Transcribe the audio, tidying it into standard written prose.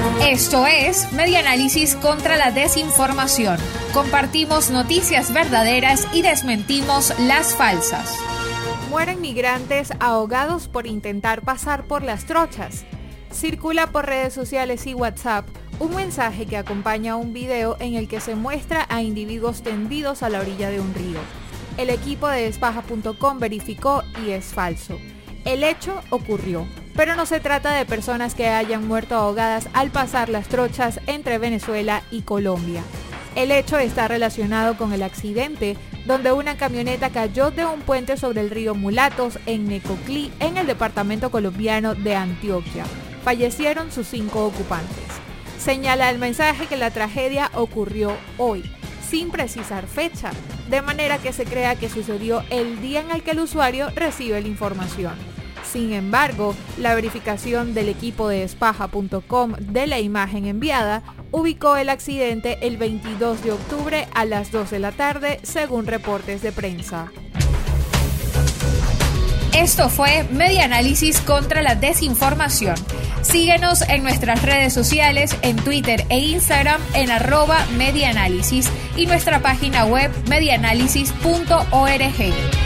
Esto es Medianálisis contra la desinformación. Compartimos noticias verdaderas y desmentimos las falsas. Mueren migrantes ahogados por intentar pasar por las trochas. Circula por redes sociales y WhatsApp un mensaje que acompaña a un video en el que se muestra a individuos tendidos a la orilla de un río. El equipo de Despaja.com verificó y es falso. El hecho ocurrió, pero no se trata de personas que hayan muerto ahogadas al pasar las trochas entre Venezuela y Colombia. El hecho está relacionado con el accidente donde una camioneta cayó de un puente sobre el río Mulatos en Necoclí, en el departamento colombiano de Antioquia. Fallecieron sus 5 ocupantes. Señala el mensaje que la tragedia ocurrió hoy, sin precisar fecha, de manera que se crea que sucedió el día en el que el usuario recibe la información. Sin embargo, la verificación del equipo de Despaja.com de la imagen enviada ubicó el accidente el 22 de octubre a las 2 de la tarde, según reportes de prensa. Esto fue Medianálisis contra la desinformación. Síguenos en nuestras redes sociales, en Twitter e Instagram en @Medianálisis y nuestra página web medianálisis.org.